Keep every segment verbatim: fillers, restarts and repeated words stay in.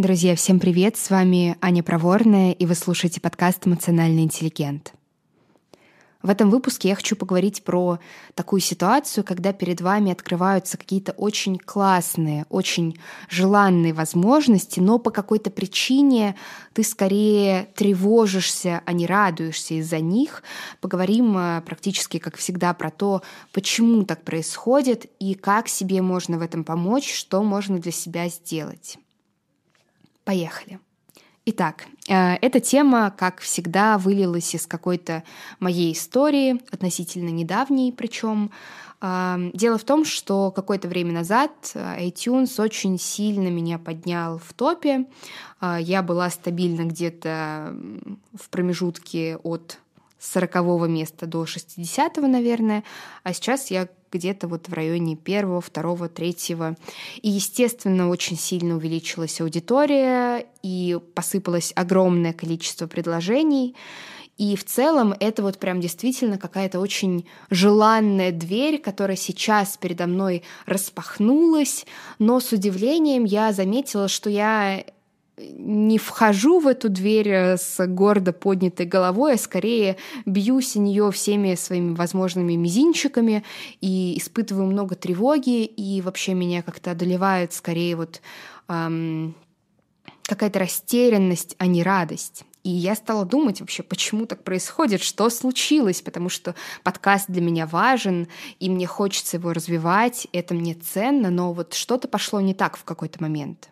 Друзья, всем привет! С вами Аня Проворная, и вы слушаете подкаст «Эмоциональный интеллигент». В этом выпуске я хочу поговорить про такую ситуацию, когда перед вами открываются какие-то очень классные, очень желанные возможности, но по какой-то причине ты скорее тревожишься, а не радуешься из-за них. Поговорим практически, как всегда, про то, почему так происходит и как себе можно в этом помочь, что можно для себя сделать. Поехали. Итак, эта тема, как всегда, вылилась из какой-то моей истории, относительно недавней причем. Дело в том, что какое-то время назад iTunes очень сильно меня поднял в топе. Я была стабильно где-то в промежутке от сорокового места до шестидесятого, наверное, а сейчас я где-то вот в районе первого, второго, третьего. И, естественно, очень сильно увеличилась аудитория, и посыпалось огромное количество предложений. И в целом это вот прям действительно какая-то очень желанная дверь, которая сейчас передо мной распахнулась, но с удивлением я заметила, что я не вхожу в эту дверь с гордо поднятой головой, а скорее бьюсь о нее всеми своими возможными мизинчиками и испытываю много тревоги, и вообще меня как-то одолевает скорее вот эм, какая-то растерянность, а не радость. И я стала думать вообще, почему так происходит, что случилось, потому что подкаст для меня важен, и мне хочется его развивать, это мне ценно, но вот что-то пошло не так в какой-то момент.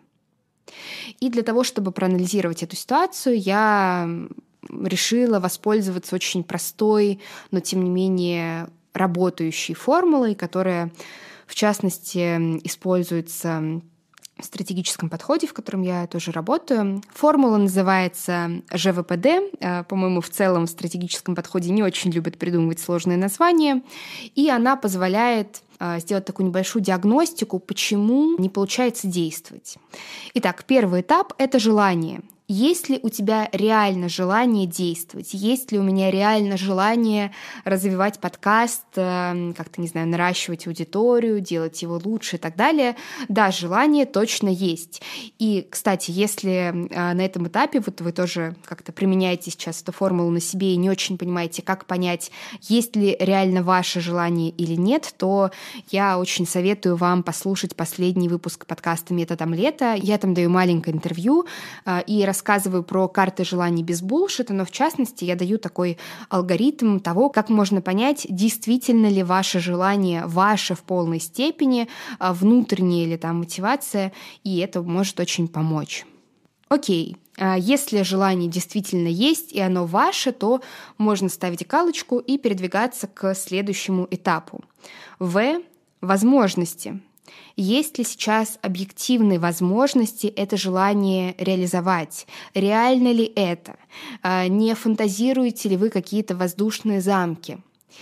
И для того, чтобы проанализировать эту ситуацию, я решила воспользоваться очень простой, но тем не менее работающей формулой, которая, в частности, используется в стратегическом подходе, в котором я тоже работаю. Формула называется жэ вэ пэ дэ. По-моему, в целом в стратегическом подходе не очень любят придумывать сложные названия. И она позволяет сделать такую небольшую диагностику, почему не получается действовать. Итак, первый этап — это желание. Есть ли у тебя реально желание действовать? Есть ли у меня реально желание развивать подкаст, как-то, не знаю, наращивать аудиторию, делать его лучше и так далее? Да, желание точно есть. И, кстати, если на этом этапе вот вы тоже как-то применяете сейчас эту формулу на себе и не очень понимаете, как понять, есть ли реально ваше желание или нет, то я очень советую вам послушать последний выпуск подкаста «Метод омлета». Я там даю маленькое интервью и рассказываю рассказываю про карты желаний без булшита, но в частности я даю такой алгоритм того, как можно понять, действительно ли ваше желание ваше в полной степени, внутренняя ли там мотивация, и это может очень помочь. Окей, если желание действительно есть и оно ваше, то можно ставить галочку и передвигаться к следующему этапу. В. Возможности. Есть ли сейчас объективные возможности это желание реализовать? Реально ли это? Не фантазируете ли вы какие-то воздушные замки?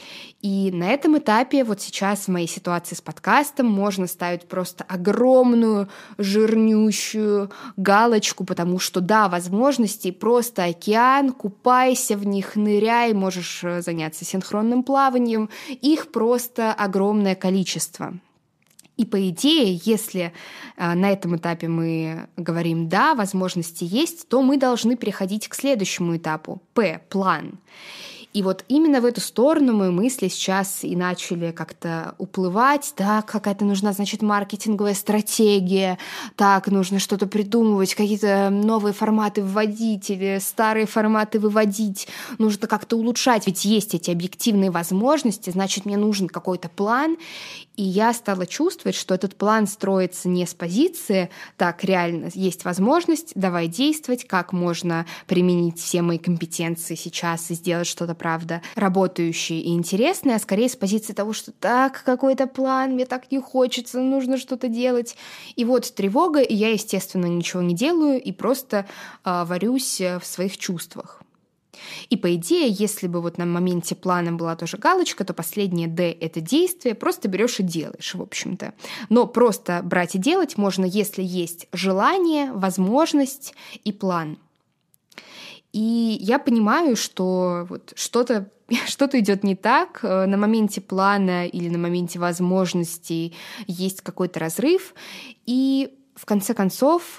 И на этом этапе, вот сейчас в моей ситуации с подкастом, можно ставить просто огромную, жирнющую галочку, потому что, да, возможностей просто океан, купайся в них, ныряй, можешь заняться синхронным плаванием, их просто огромное количество. И по идее, если а, на этом этапе мы говорим «да», возможности есть, то мы должны переходить к следующему этапу – П – план. И вот именно в эту сторону мои мысли сейчас и начали как-то уплывать. Так, какая-то нужна, значит, маркетинговая стратегия. Так, нужно что-то придумывать, какие-то новые форматы вводить или старые форматы выводить. Нужно как-то улучшать. Ведь есть эти объективные возможности, значит, мне нужен какой-то план. И я стала чувствовать, что этот план строится не с позиции «так, реально есть возможность, давай действовать, как можно применить все мои компетенции сейчас и сделать что-то, правда, работающее и интересное», а скорее с позиции того, что «так, какой-то план, мне так не хочется, нужно что-то делать». И вот тревога, и я, естественно, ничего не делаю и просто э, варюсь в своих чувствах. И по идее, если бы вот на моменте плана была тоже галочка, то последнее «Д» — это действие, просто берешь и делаешь, в общем-то. Но просто брать и делать можно, если есть желание, возможность и план. И я понимаю, что вот что-то что-то идет не так, на моменте плана или на моменте возможностей есть какой-то разрыв, и в конце концов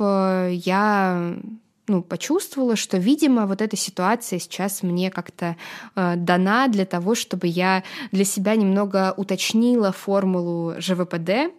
я ну, почувствовала, что, видимо, вот эта ситуация сейчас мне как-то э, дана для того, чтобы я для себя немного уточнила формулу жэ вэ пэ дэ,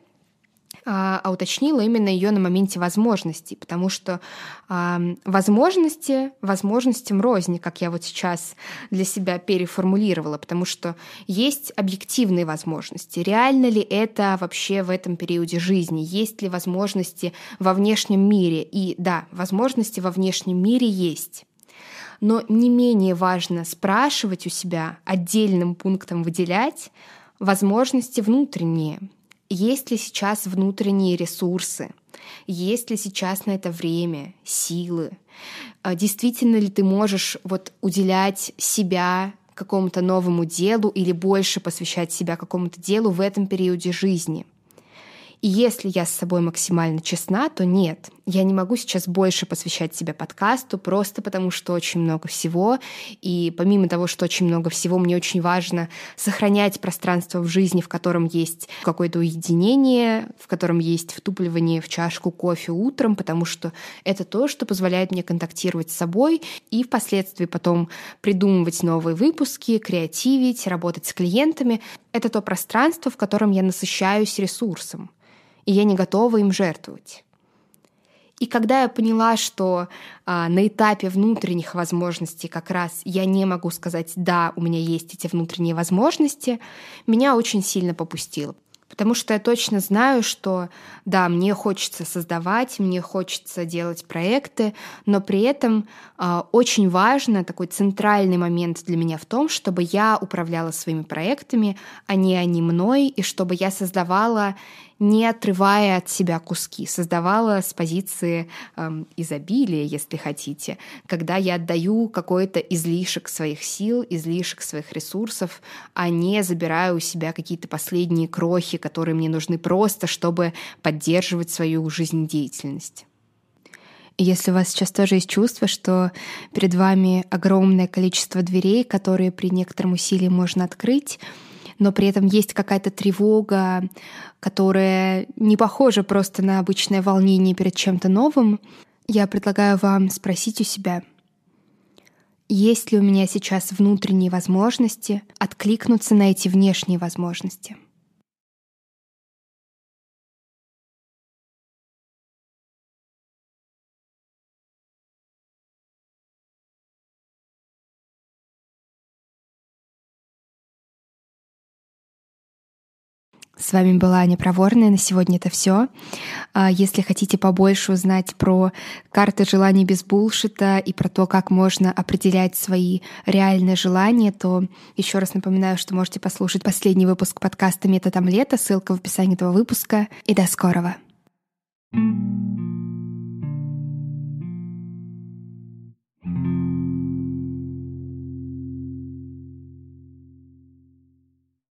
а, а уточнила именно ее на моменте возможностей, потому что а, возможности возможностям рознь, как я вот сейчас для себя переформулировала, потому что есть объективные возможности. Реально ли это вообще в этом периоде жизни? Есть ли возможности во внешнем мире? И да, возможности во внешнем мире есть. Но не менее важно спрашивать у себя, отдельным пунктом выделять возможности внутренние. Есть ли сейчас внутренние ресурсы? Есть ли сейчас на это время, силы? Действительно ли ты можешь вот уделять себя какому-то новому делу или больше посвящать себя какому-то делу в этом периоде жизни? И если я с собой максимально честна, то нет, я не могу сейчас больше посвящать себя подкасту, просто потому что очень много всего. И помимо того, что очень много всего, мне очень важно сохранять пространство в жизни, в котором есть какое-то уединение, в котором есть втупливание в чашку кофе утром, потому что это то, что позволяет мне контактировать с собой и впоследствии потом придумывать новые выпуски, креативить, работать с клиентами. Это то пространство, в котором я насыщаюсь ресурсом, и я не готова им жертвовать. И когда я поняла, что а, на этапе внутренних возможностей как раз я не могу сказать «да, у меня есть эти внутренние возможности», меня очень сильно попустило. Потому что я точно знаю, что да, мне хочется создавать, мне хочется делать проекты, но при этом э, очень важно, такой центральный момент для меня в том, чтобы я управляла своими проектами, а не они мной, и чтобы я создавала, не отрывая от себя куски, создавала с позиции э, изобилия, если хотите, когда я отдаю какой-то излишек своих сил, излишек своих ресурсов, а не забираю у себя какие-то последние крохи, которые мне нужны просто, чтобы поддерживать свою жизнедеятельность. И если у вас сейчас тоже есть чувство, что перед вами огромное количество дверей, которые при некотором усилии можно открыть, но при этом есть какая-то тревога, которая не похожа просто на обычное волнение перед чем-то новым, я предлагаю вам спросить у себя, есть ли у меня сейчас внутренние возможности откликнуться на эти внешние возможности. С вами была Аня Проворная. На сегодня это все. Если хотите побольше узнать про карты желаний без булшита и про то, как можно определять свои реальные желания, то еще раз напоминаю, что можете послушать последний выпуск подкаста «Метод омлета». Ссылка в описании этого выпуска. И до скорого. thank you